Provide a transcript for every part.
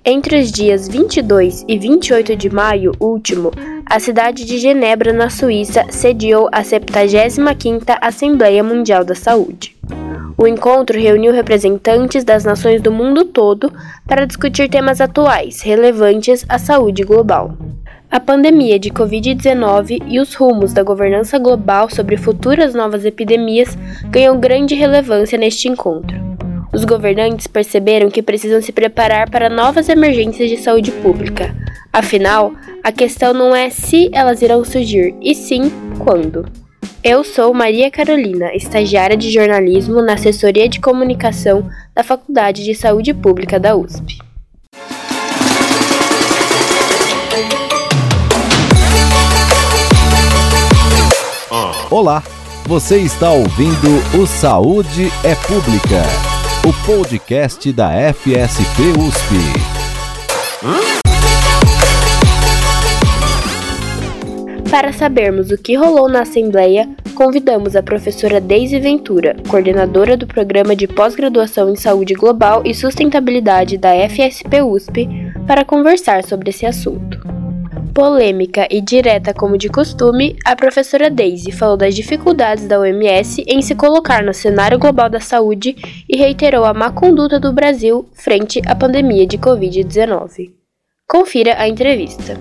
Entre os dias 22 e 28 de maio último, a cidade de Genebra, na Suíça, sediou a 75ª Assembleia Mundial da Saúde. O encontro reuniu representantes das nações do mundo todo para discutir temas atuais, relevantes à saúde global. A pandemia de Covid-19 e os rumos da governança global sobre futuras novas epidemias ganham grande relevância neste encontro. Os governantes perceberam que precisam se preparar para novas emergências de saúde pública. Afinal, a questão não é se elas irão surgir, e sim quando. Eu sou Maria Carolina, estagiária de jornalismo na Assessoria de Comunicação da Faculdade de Saúde Pública da USP. Olá, você está ouvindo o Saúde é Pública, o podcast da FSP USP. Para sabermos o que rolou na Assembleia, convidamos a professora Deise Ventura, coordenadora do Programa de Pós-Graduação em Saúde Global e Sustentabilidade da FSP USP, para conversar sobre esse assunto. Polêmica e direta como de costume, a professora Deise falou das dificuldades da OMS em se colocar no cenário global da saúde e reiterou a má conduta do Brasil frente à pandemia de Covid-19. Confira a entrevista.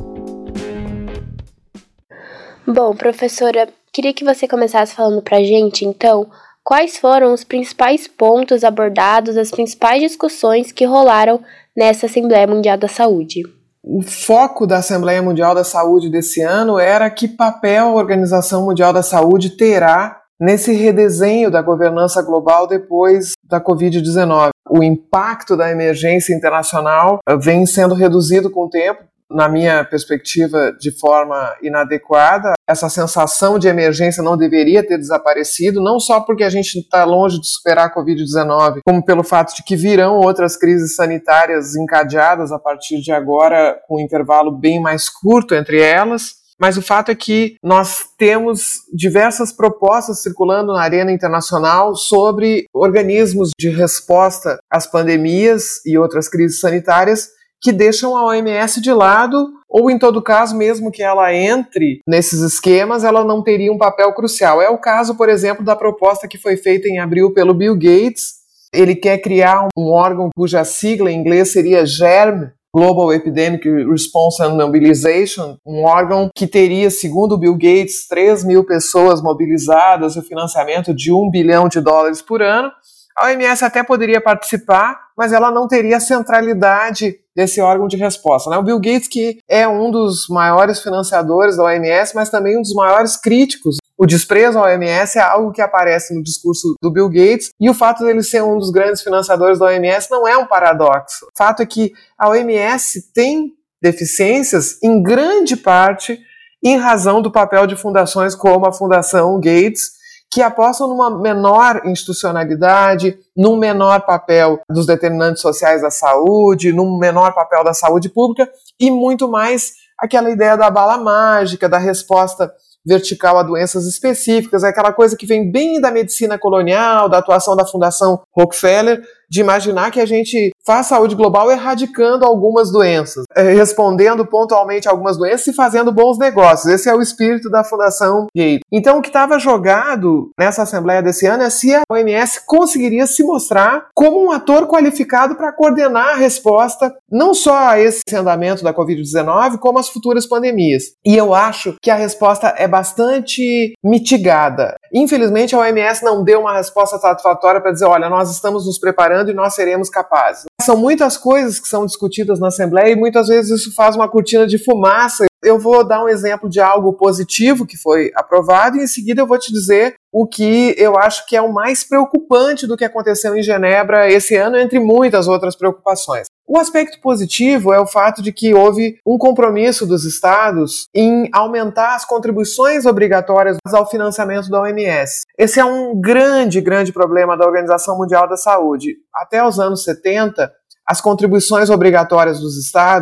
Bom, professora, queria que você começasse falando pra gente, então, quais foram os principais pontos abordados, as principais discussões que rolaram nessa Assembleia Mundial da Saúde. O foco da Assembleia Mundial da Saúde desse ano era que papel a Organização Mundial da Saúde terá nesse redesenho da governança global depois da Covid-19. O impacto da emergência internacional vem sendo reduzido com o tempo, na minha perspectiva, de forma inadequada. Essa sensação de emergência não deveria ter desaparecido, não só porque a gente está longe de superar a Covid-19, como pelo fato de que virão outras crises sanitárias encadeadas a partir de agora, com um intervalo bem mais curto entre elas. Mas o fato é que nós temos diversas propostas circulando na arena internacional sobre organismos de resposta às pandemias e outras crises sanitárias que deixam a OMS de lado, ou em todo caso, mesmo que ela entre nesses esquemas, ela não teria um papel crucial. É o caso, por exemplo, da proposta que foi feita em abril pelo Bill Gates. Ele quer criar um órgão cuja sigla em inglês seria GERM, Global Epidemic Response and Mobilization, um órgão que teria, segundo o Bill Gates, 3.000 pessoas mobilizadas e o financiamento de $1 bilhão por ano. A OMS até poderia participar, mas ela não teria a centralidade desse órgão de resposta, né? O Bill Gates, que é um dos maiores financiadores da OMS, mas também um dos maiores críticos. O desprezo à OMS é algo que aparece no discurso do Bill Gates, e o fato dele ser um dos grandes financiadores da OMS não é um paradoxo. O fato é que a OMS tem deficiências, em grande parte, em razão do papel de fundações como a Fundação Gates, que apostam numa menor institucionalidade, num menor papel dos determinantes sociais da saúde, num menor papel da saúde pública e muito mais aquela ideia da bala mágica, da resposta vertical a doenças específicas, aquela coisa que vem bem da medicina colonial, da atuação da Fundação Rockefeller, de imaginar que a gente faz saúde global erradicando algumas doenças, respondendo pontualmente a algumas doenças e fazendo bons negócios. Esse é o espírito da Fundação Gates. Então, o que estava jogado nessa Assembleia desse ano é se a OMS conseguiria se mostrar como um ator qualificado para coordenar a resposta não só a esse andamento da Covid-19, como às futuras pandemias. E eu acho que a resposta é bastante mitigada. Infelizmente, a OMS não deu uma resposta satisfatória para dizer, olha, nós estamos nos preparando e nós seremos capazes. São muitas coisas que são discutidas na Assembleia e muitas vezes isso faz uma cortina de fumaça. Eu vou dar um exemplo de algo positivo que foi aprovado e em seguida eu vou te dizer o que eu acho que é o mais preocupante do que aconteceu em Genebra esse ano, entre muitas outras preocupações. O aspecto positivo é o fato de que houve um compromisso dos estados em aumentar as contribuições obrigatórias ao financiamento da OMS. Esse é um grande problema da Organização Mundial da Saúde. Até os anos 70, as contribuições obrigatórias dos estados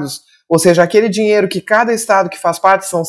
ou seja, aquele dinheiro que cada estado que faz parte, são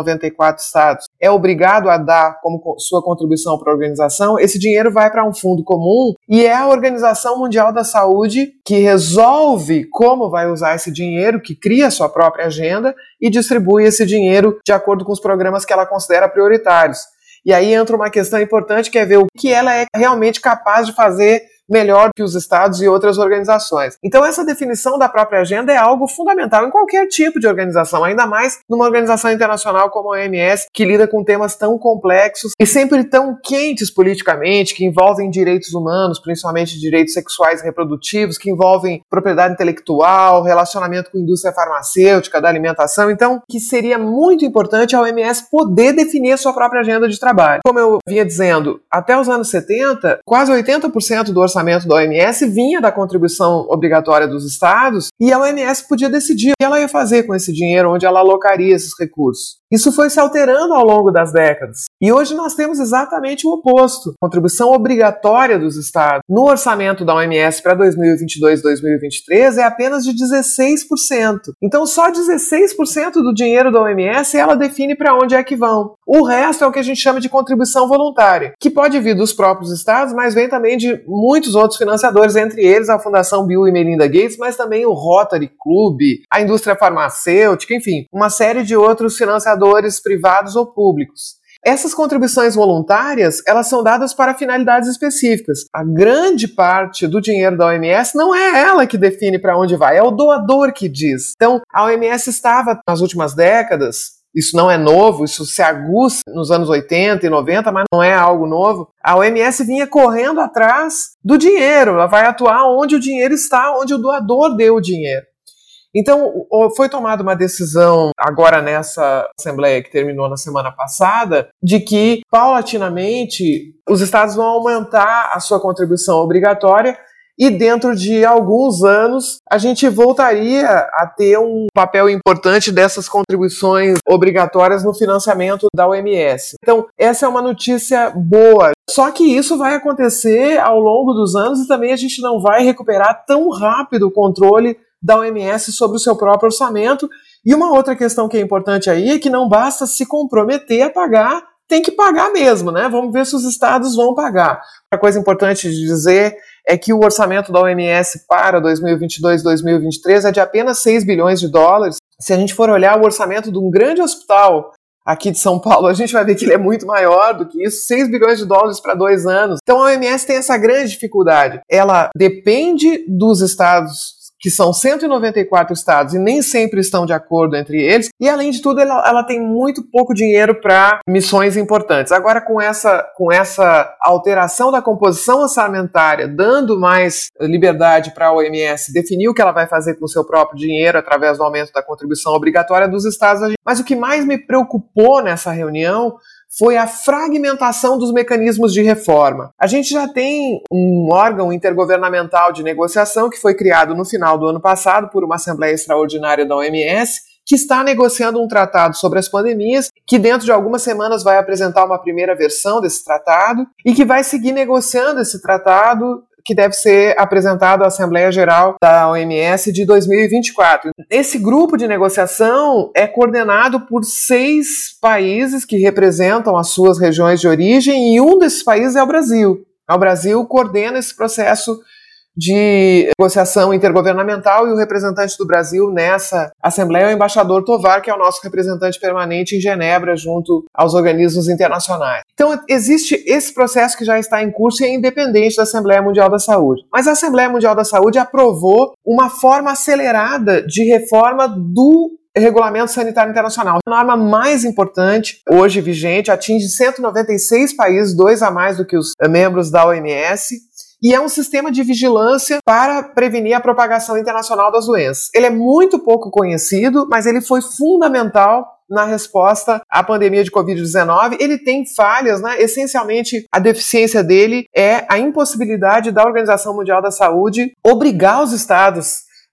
194 estados, é obrigado a dar como sua contribuição para a organização, esse dinheiro vai para um fundo comum e é a Organização Mundial da Saúde que resolve como vai usar esse dinheiro, que cria a sua própria agenda e distribui esse dinheiro de acordo com os programas que ela considera prioritários. E aí entra uma questão importante, que é ver o que ela é realmente capaz de fazer melhor que os estados e outras organizações. Então essa definição da própria agenda é algo fundamental em qualquer tipo de organização, ainda mais numa organização internacional como a OMS, que lida com temas tão complexos e sempre tão quentes politicamente, que envolvem direitos humanos, principalmente direitos sexuais e reprodutivos, que envolvem propriedade intelectual, relacionamento com a indústria farmacêutica, da alimentação. Então, que seria muito importante a OMS poder definir a sua própria agenda de trabalho. Como eu vinha dizendo, até os anos 70, quase 80% do orçamento da OMS vinha da contribuição obrigatória dos estados e a OMS podia decidir o que ela ia fazer com esse dinheiro, onde ela alocaria esses recursos. Isso foi se alterando ao longo das décadas. E hoje nós temos exatamente o oposto. A contribuição obrigatória dos estados no orçamento da OMS para 2022-2023 é apenas de 16%. Então só 16% do dinheiro da OMS ela define para onde é que vão. O resto é o que a gente chama de contribuição voluntária, que pode vir dos próprios estados, mas vem também de muitos outros financiadores, entre eles a Fundação Bill e Melinda Gates, mas também o Rotary Club, a indústria farmacêutica, enfim, uma série de outros financiadores privados ou públicos. Essas contribuições voluntárias, elas são dadas para finalidades específicas. A grande parte do dinheiro da OMS não é ela que define para onde vai, é o doador que diz. Então, a OMS estava, nas últimas décadas, isso não é novo, isso se aguça nos anos 80 e 90, mas não é algo novo. A OMS vinha correndo atrás do dinheiro, ela vai atuar onde o dinheiro está, onde o doador deu o dinheiro. Então, foi tomada uma decisão, agora nessa Assembleia que terminou na semana passada, de que, paulatinamente, os estados vão aumentar a sua contribuição obrigatória e dentro de alguns anos a gente voltaria a ter um papel importante dessas contribuições obrigatórias no financiamento da OMS. Então, essa é uma notícia boa. Só que isso vai acontecer ao longo dos anos e também a gente não vai recuperar tão rápido o controle da OMS sobre o seu próprio orçamento. E uma outra questão que é importante aí é que não basta se comprometer a pagar, tem que pagar mesmo, né? Vamos ver se os estados vão pagar. Outra coisa importante de dizer é que o orçamento da OMS para 2022-2023 é de apenas 6 bilhões de dólares. Se a gente for olhar o orçamento de um grande hospital aqui de São Paulo, a gente vai ver que ele é muito maior do que isso, 6 bilhões de dólares para 2 anos. Então a OMS tem essa grande dificuldade. Ela depende dos estados, que são 194 estados e nem sempre estão de acordo entre eles, e além de tudo ela tem muito pouco dinheiro para missões importantes. Agora com essa alteração da composição orçamentária, dando mais liberdade para a OMS definir o que ela vai fazer com o seu próprio dinheiro através do aumento da contribuição obrigatória dos estados. Mas o que mais me preocupou nessa reunião foi a fragmentação dos mecanismos de reforma. A gente já tem um órgão intergovernamental de negociação que foi criado no final do ano passado por uma Assembleia Extraordinária da OMS, que está negociando um tratado sobre as pandemias, que dentro de algumas semanas vai apresentar uma primeira versão desse tratado e que vai seguir negociando esse tratado, que deve ser apresentado à Assembleia Geral da OMS de 2024. Esse grupo de negociação é coordenado por 6 países que representam as suas regiões de origem e um desses países é o Brasil. O Brasil coordena esse processo de negociação intergovernamental e o representante do Brasil nessa Assembleia é o embaixador Tovar, que é o nosso representante permanente em Genebra junto aos organismos internacionais. Então existe esse processo que já está em curso e é independente da Assembleia Mundial da Saúde. Mas a Assembleia Mundial da Saúde aprovou uma forma acelerada de reforma do Regulamento Sanitário Internacional. A norma mais importante, hoje vigente, atinge 196 países, 2 a mais do que os membros da OMS, e é um sistema de vigilância para prevenir a propagação internacional das doenças. Ele é muito pouco conhecido, mas ele foi fundamental na resposta à pandemia de Covid-19. Ele tem falhas, né? Essencialmente, a deficiência dele é a impossibilidade da Organização Mundial da Saúde obrigar os estados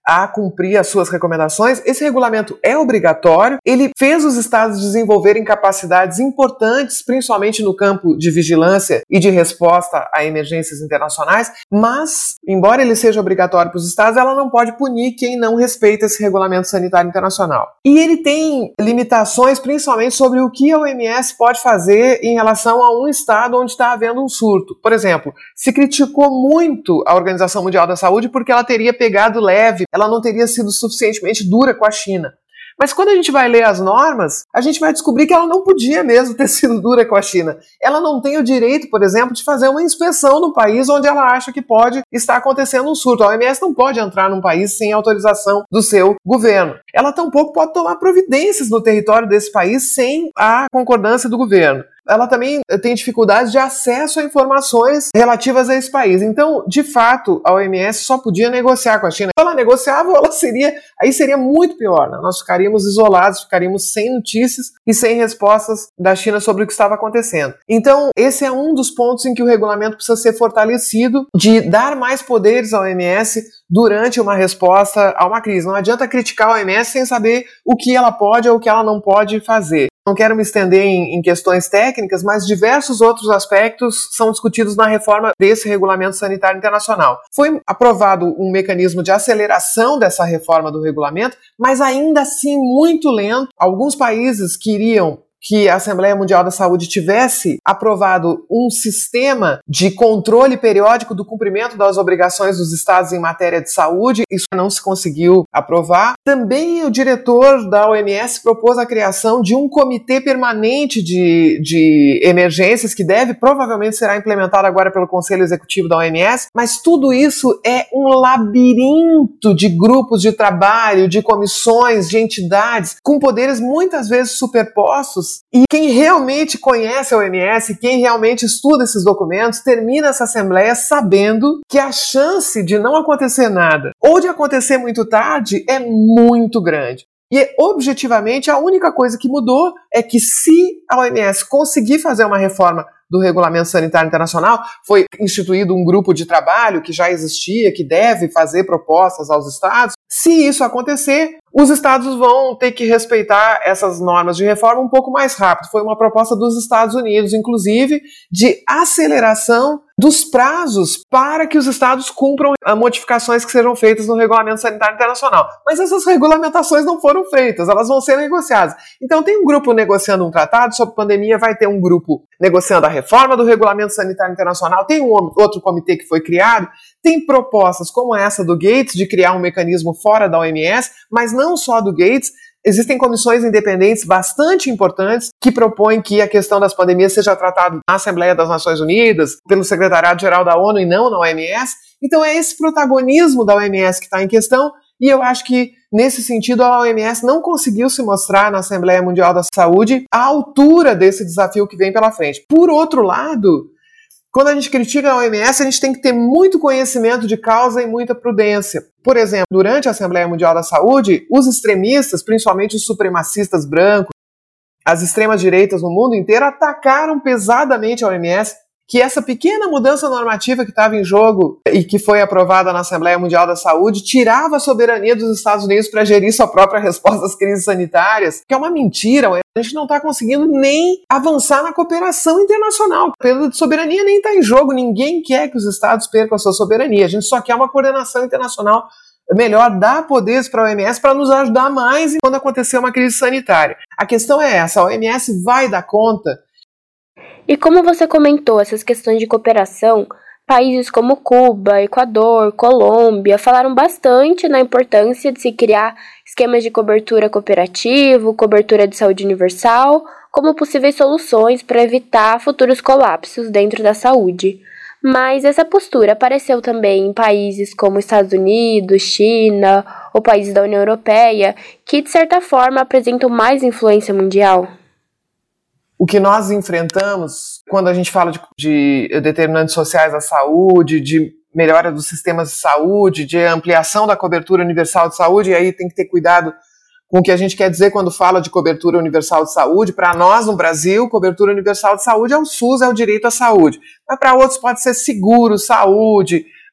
a cumprir as suas recomendações. Esse regulamento é obrigatório, ele fez os estados desenvolverem capacidades importantes, principalmente no campo de vigilância e de resposta a emergências internacionais, mas, embora ele seja obrigatório para os estados, ela não pode punir quem não respeita esse regulamento sanitário internacional. E ele tem limitações, principalmente sobre o que a OMS pode fazer em relação a um estado onde está havendo um surto. Por exemplo, se criticou muito a Organização Mundial da Saúde porque ela teria pegado leve, ela não teria sido suficientemente dura com a China. Mas quando a gente vai ler as normas, a gente vai descobrir que ela não podia mesmo ter sido dura com a China. Ela não tem o direito, por exemplo, de fazer uma inspeção no país onde ela acha que pode estar acontecendo um surto. A OMS não pode entrar num país sem autorização do seu governo. Ela tampouco pode tomar providências no território desse país sem a concordância do governo. Ela também tem dificuldades de acesso a informações relativas a esse país. Então, de fato, a OMS só podia negociar com a China. Se ela negociava, aí seria muito pior, né? Nós ficaríamos isolados, ficaríamos sem notícias e sem respostas da China sobre o que estava acontecendo. Então, esse é um dos pontos em que o regulamento precisa ser fortalecido, de dar mais poderes à OMS durante uma resposta a uma crise. Não adianta criticar a OMS sem saber o que ela pode ou o que ela não pode fazer. Não quero me estender em questões técnicas, mas diversos outros aspectos são discutidos na reforma desse regulamento sanitário internacional. Foi aprovado um mecanismo de aceleração dessa reforma do regulamento, mas ainda assim muito lento. Alguns países queriam que a Assembleia Mundial da Saúde tivesse aprovado um sistema de controle periódico do cumprimento das obrigações dos estados em matéria de saúde. Isso não se conseguiu aprovar. Também o diretor da OMS propôs a criação de um comitê permanente de emergências, que provavelmente será implementado agora pelo Conselho Executivo da OMS, mas tudo isso é um labirinto de grupos de trabalho, de comissões, de entidades, com poderes muitas vezes superpostos. E quem realmente conhece a OMS, quem realmente estuda esses documentos, termina essa assembleia sabendo que a chance de não acontecer nada ou de acontecer muito tarde é muito grande. E, objetivamente, a única coisa que mudou é que, se a OMS conseguir fazer uma reforma do Regulamento Sanitário Internacional, foi instituído um grupo de trabalho que já existia, que deve fazer propostas aos estados. Se isso acontecer, os estados vão ter que respeitar essas normas de reforma um pouco mais rápido. Foi uma proposta dos Estados Unidos, inclusive, de aceleração dos prazos para que os estados cumpram as modificações que sejam feitas no Regulamento Sanitário Internacional. Mas essas regulamentações não foram feitas, elas vão ser negociadas. Então tem um grupo negociando um tratado sobre pandemia, vai ter um grupo negociando a reforma do Regulamento Sanitário Internacional, tem um outro comitê que foi criado, tem propostas como essa do Gates de criar um mecanismo fora da OMS, mas não só do Gates. Existem comissões independentes bastante importantes que propõem que a questão das pandemias seja tratada na Assembleia das Nações Unidas, pelo Secretariado-Geral da ONU e não na OMS. Então é esse protagonismo da OMS que está em questão, e eu acho que, nesse sentido, a OMS não conseguiu se mostrar na Assembleia Mundial da Saúde à altura desse desafio que vem pela frente. Por outro lado, quando a gente critica a OMS, a gente tem que ter muito conhecimento de causa e muita prudência. Por exemplo, durante a Assembleia Mundial da Saúde, os extremistas, principalmente os supremacistas brancos, as extremas direitas no mundo inteiro, atacaram pesadamente a OMS, que essa pequena mudança normativa que estava em jogo e que foi aprovada na Assembleia Mundial da Saúde tirava a soberania dos Estados Unidos para gerir sua própria resposta às crises sanitárias, que é uma mentira. A gente não está conseguindo nem avançar na cooperação internacional. A perda de soberania nem está em jogo, ninguém quer que os estados percam a sua soberania, a gente só quer uma coordenação internacional melhor, dar poderes para a OMS para nos ajudar mais quando acontecer uma crise sanitária. A questão é essa, a OMS vai dar conta? E como você comentou, essas questões de cooperação, países como Cuba, Equador, Colômbia falaram bastante na importância de se criar esquemas de cobertura cooperativo, cobertura de saúde universal, como possíveis soluções para evitar futuros colapsos dentro da saúde. Mas essa postura apareceu também em países como Estados Unidos, China ou países da União Europeia, que de certa forma apresentam mais influência mundial. O que nós enfrentamos quando a gente fala de determinantes sociais da saúde, de melhora dos sistemas de saúde, de ampliação da cobertura universal de saúde, e aí tem que ter cuidado com o que a gente quer dizer quando fala de cobertura universal de saúde. Para nós, no Brasil, cobertura universal de saúde é o SUS, é o direito à saúde. Mas para outros pode ser seguro, saúde,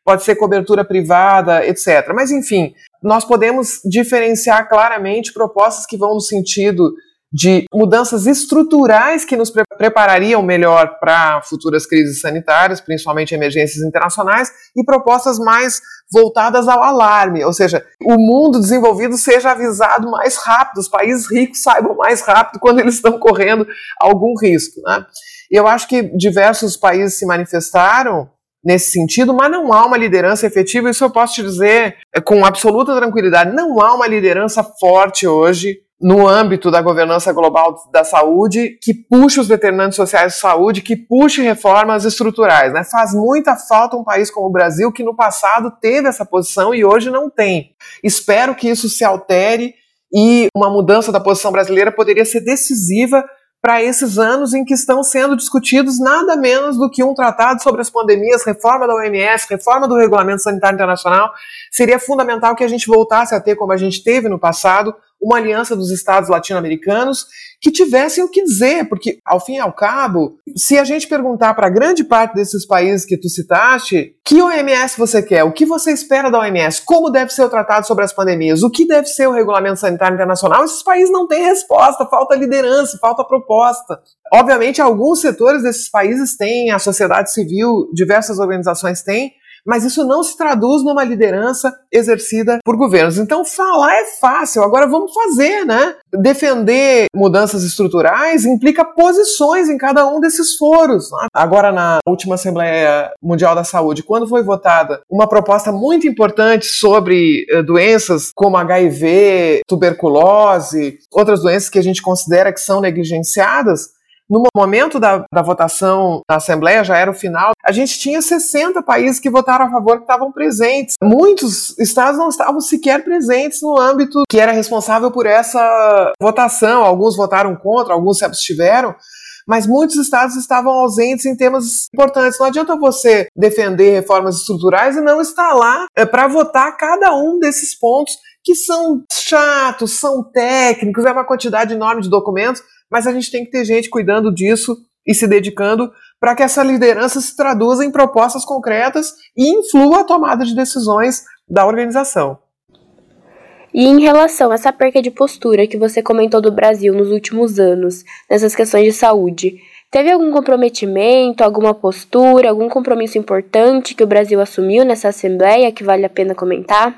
pode ser cobertura privada, etc. Mas, enfim, nós podemos diferenciar claramente propostas que vão no sentido de mudanças estruturais que nos preparariam melhor para futuras crises sanitárias, principalmente emergências internacionais, e propostas mais voltadas ao alarme, ou seja, o mundo desenvolvido seja avisado mais rápido, os países ricos saibam mais rápido quando eles estão correndo algum risco, né? E eu acho que diversos países se manifestaram nesse sentido, mas não há uma liderança efetiva, isso eu posso te dizer com absoluta tranquilidade, não há uma liderança forte hoje no âmbito da governança global da saúde, que puxe os determinantes sociais de saúde, que puxe reformas estruturais, né? Faz muita falta um país como o Brasil, que no passado teve essa posição e hoje não tem. Espero que isso se altere e uma mudança da posição brasileira poderia ser decisiva para esses anos em que estão sendo discutidos nada menos do que um tratado sobre as pandemias, reforma da OMS, reforma do Regulamento Sanitário Internacional. Seria fundamental que a gente voltasse a ter, como a gente teve no passado, uma aliança dos estados latino-americanos que tivessem o que dizer, porque, ao fim e ao cabo, se a gente perguntar para grande parte desses países que tu citaste, que OMS você quer? O que você espera da OMS? Como deve ser o tratado sobre as pandemias? O que deve ser o Regulamento Sanitário Internacional? Esses países não têm resposta, falta liderança, falta proposta. Obviamente, alguns setores desses países têm, a sociedade civil, diversas organizações têm, mas isso não se traduz numa liderança exercida por governos. Então, falar é fácil, agora vamos fazer, né? Defender mudanças estruturais implica posições em cada um desses foros, né? Agora, na última Assembleia Mundial da Saúde, quando foi votada uma proposta muito importante sobre doenças como HIV, tuberculose, outras doenças que a gente considera que são negligenciadas, no momento da votação na Assembleia, já era o final, a gente tinha 60 países que votaram a favor, que estavam presentes. Muitos estados não estavam sequer presentes no âmbito que era responsável por essa votação. Alguns votaram contra, alguns se abstiveram, mas muitos estados estavam ausentes em temas importantes. Não adianta você defender reformas estruturais e não estar lá para votar cada um desses pontos que são chatos, são técnicos, é uma quantidade enorme de documentos, mas a gente tem que ter gente cuidando disso e se dedicando para que essa liderança se traduza em propostas concretas e influa a tomada de decisões da organização. E em relação a essa perca de postura que você comentou do Brasil nos últimos anos, nessas questões de saúde, teve algum comprometimento, alguma postura, algum compromisso importante que o Brasil assumiu nessa Assembleia que vale a pena comentar?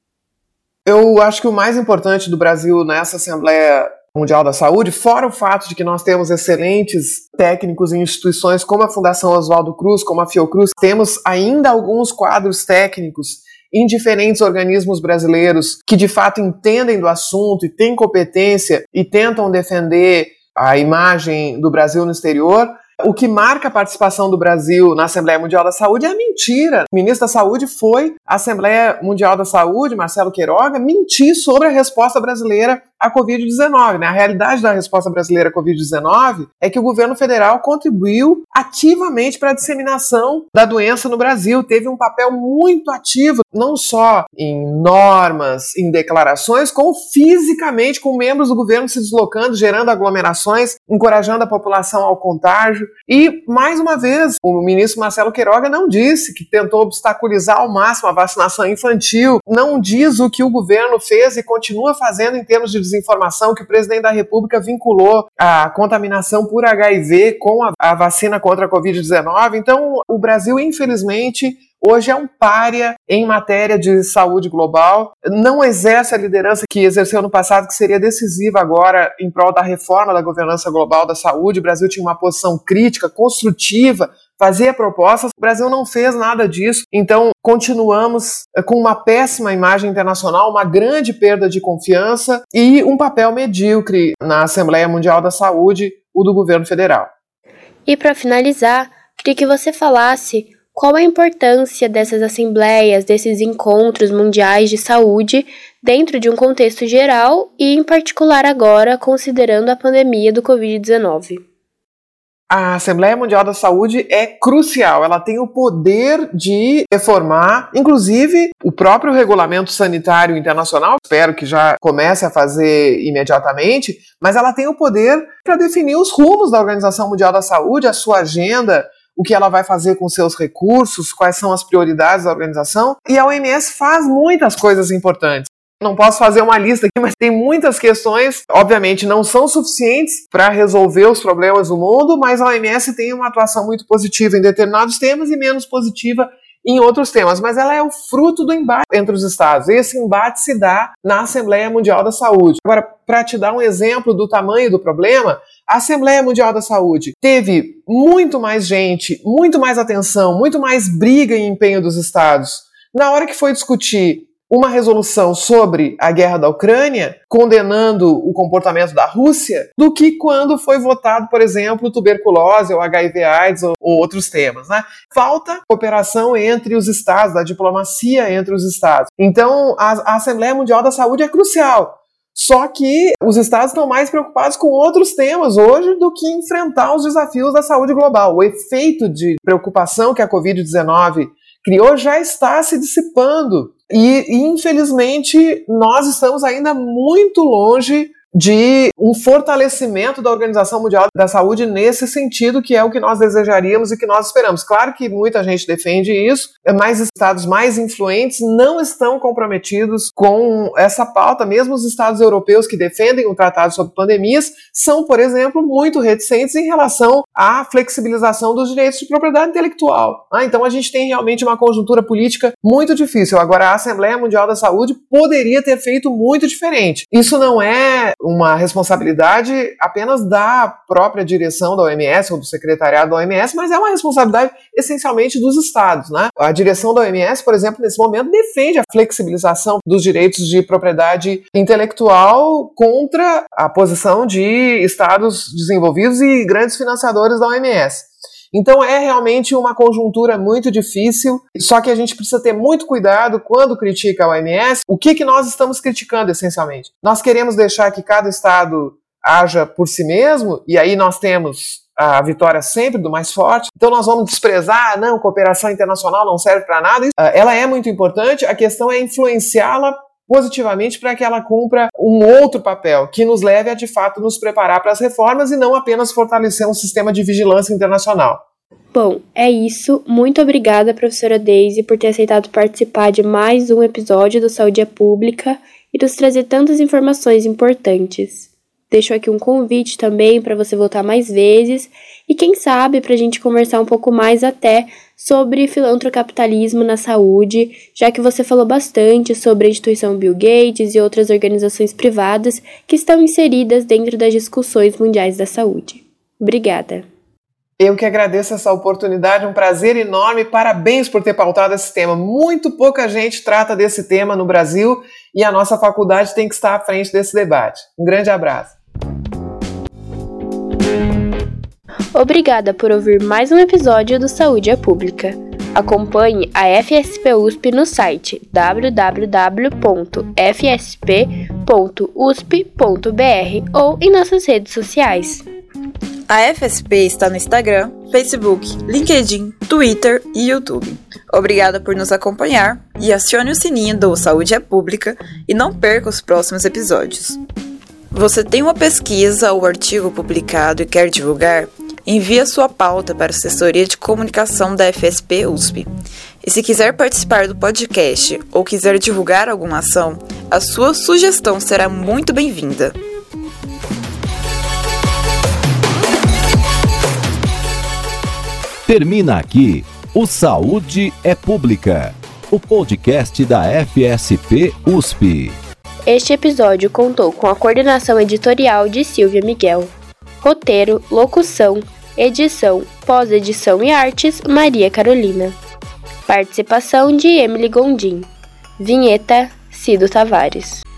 Eu acho que o mais importante do Brasil nessa Assembleia Mundial da Saúde, fora o fato de que nós temos excelentes técnicos em instituições como a Fundação Oswaldo Cruz, como a Fiocruz, temos ainda alguns quadros técnicos em diferentes organismos brasileiros que de fato entendem do assunto e têm competência e tentam defender a imagem do Brasil no exterior. O que marca a participação do Brasil na Assembleia Mundial da Saúde é mentira. O ministro da Saúde foi à Assembleia Mundial da Saúde, Marcelo Queiroga, mentir sobre a resposta brasileira à Covid-19. Né? A realidade da resposta brasileira à Covid-19 é que o governo federal contribuiu ativamente para a disseminação da doença no Brasil. Teve um papel muito ativo, não só em normas, em declarações, como fisicamente, com membros do governo se deslocando, gerando aglomerações, encorajando a população ao contágio. E, mais uma vez, o ministro Marcelo Queiroga não disse que tentou obstaculizar ao máximo a vacinação infantil, não diz o que o governo fez e continua fazendo em termos de desinformação, que o presidente da República vinculou a contaminação por HIV com a vacina contra a Covid-19. Então, o Brasil, infelizmente, hoje é um pária em matéria de saúde global, não exerce a liderança que exerceu no passado, que seria decisiva agora em prol da reforma da governança global da saúde. O Brasil tinha uma posição crítica, construtiva, fazia propostas, o Brasil não fez nada disso, então continuamos com uma péssima imagem internacional, uma grande perda de confiança e um papel medíocre na Assembleia Mundial da Saúde, o do governo federal. E para finalizar, queria que você falasse qual a importância dessas assembleias, desses encontros mundiais de saúde dentro de um contexto geral e, em particular, agora, considerando a pandemia do Covid-19? A Assembleia Mundial da Saúde é crucial, ela tem o poder de reformar, inclusive, o próprio Regulamento Sanitário Internacional, espero que já comece a fazer imediatamente, mas ela tem o poder para definir os rumos da Organização Mundial da Saúde, a sua agenda, o que ela vai fazer com seus recursos, quais são as prioridades da organização, e a OMS faz muitas coisas importantes. Não posso fazer uma lista aqui, mas tem muitas questões, obviamente não são suficientes para resolver os problemas do mundo, mas a OMS tem uma atuação muito positiva em determinados temas e menos positiva em outros temas, mas ela é o fruto do embate entre os estados. Esse embate se dá na Assembleia Mundial da Saúde. Agora, para te dar um exemplo do tamanho do problema, a Assembleia Mundial da Saúde teve muito mais gente, muito mais atenção, muito mais briga e empenho dos estados na hora que foi discutir uma resolução sobre a guerra da Ucrânia, condenando o comportamento da Rússia, do que quando foi votado, por exemplo, tuberculose ou HIV/AIDS ou outros temas, né? Falta cooperação entre os estados, da diplomacia entre os estados. Então, a Assembleia Mundial da Saúde é crucial. Só que os estados estão mais preocupados com outros temas hoje do que enfrentar os desafios da saúde global. O efeito de preocupação que a Covid-19 criou já está se dissipando. E, infelizmente, nós estamos ainda muito longe de um fortalecimento da Organização Mundial da Saúde nesse sentido, que é o que nós desejaríamos e que nós esperamos. Claro que muita gente defende isso, mas estados mais influentes não estão comprometidos com essa pauta. Mesmo os estados europeus que defendem o Tratado sobre Pandemias são, por exemplo, muito reticentes em relação à flexibilização dos direitos de propriedade intelectual. Então a gente tem realmente uma conjuntura política muito difícil. Agora, a Assembleia Mundial da Saúde poderia ter feito muito diferente. Isso não é uma responsabilidade apenas da própria direção da OMS ou do secretariado da OMS, mas é uma responsabilidade essencialmente dos estados, né? A direção da OMS, por exemplo, nesse momento defende a flexibilização dos direitos de propriedade intelectual contra a posição de estados desenvolvidos e grandes financiadores da OMS. Então é realmente uma conjuntura muito difícil, só que a gente precisa ter muito cuidado quando critica a OMS. O que nós estamos criticando essencialmente? Nós queremos deixar que cada estado haja por si mesmo, e aí nós temos a vitória sempre do mais forte. Então nós vamos desprezar, não, cooperação internacional não serve para nada. Ela é muito importante, a questão é influenciá-la positivamente para que ela cumpra um outro papel, que nos leve a, de fato, nos preparar para as reformas e não apenas fortalecer um sistema de vigilância internacional. Bom, é isso. Muito obrigada, professora Daisy, por ter aceitado participar de mais um episódio do Saúde é Pública e nos trazer tantas informações importantes. Deixo aqui um convite também para você voltar mais vezes e, quem sabe, para a gente conversar um pouco mais até sobre filantrocapitalismo na saúde, já que você falou bastante sobre a instituição Bill Gates e outras organizações privadas que estão inseridas dentro das discussões mundiais da saúde. Obrigada. Eu que agradeço essa oportunidade, um prazer enorme, parabéns por ter pautado esse tema. Muito pouca gente trata desse tema no Brasil e a nossa faculdade tem que estar à frente desse debate. Um grande abraço. Obrigada por ouvir mais um episódio do Saúde é Pública. Acompanhe a FSP USP no site www.fsp.usp.br ou em nossas redes sociais. A FSP está no Instagram, Facebook, LinkedIn, Twitter e YouTube. Obrigada por nos acompanhar e acione o sininho do Saúde é Pública e não perca os próximos episódios. Você tem uma pesquisa ou artigo publicado e quer divulgar? Envie a sua pauta para a Assessoria de Comunicação da FSP USP. E se quiser participar do podcast ou quiser divulgar alguma ação, a sua sugestão será muito bem-vinda. Termina aqui o Saúde é Pública, o podcast da FSP USP. Este episódio contou com a coordenação editorial de Silvia Miguel. Roteiro, locução, edição, pós-edição e artes, Maria Carolina. Participação de Emily Gondim. Vinheta, Cido Tavares.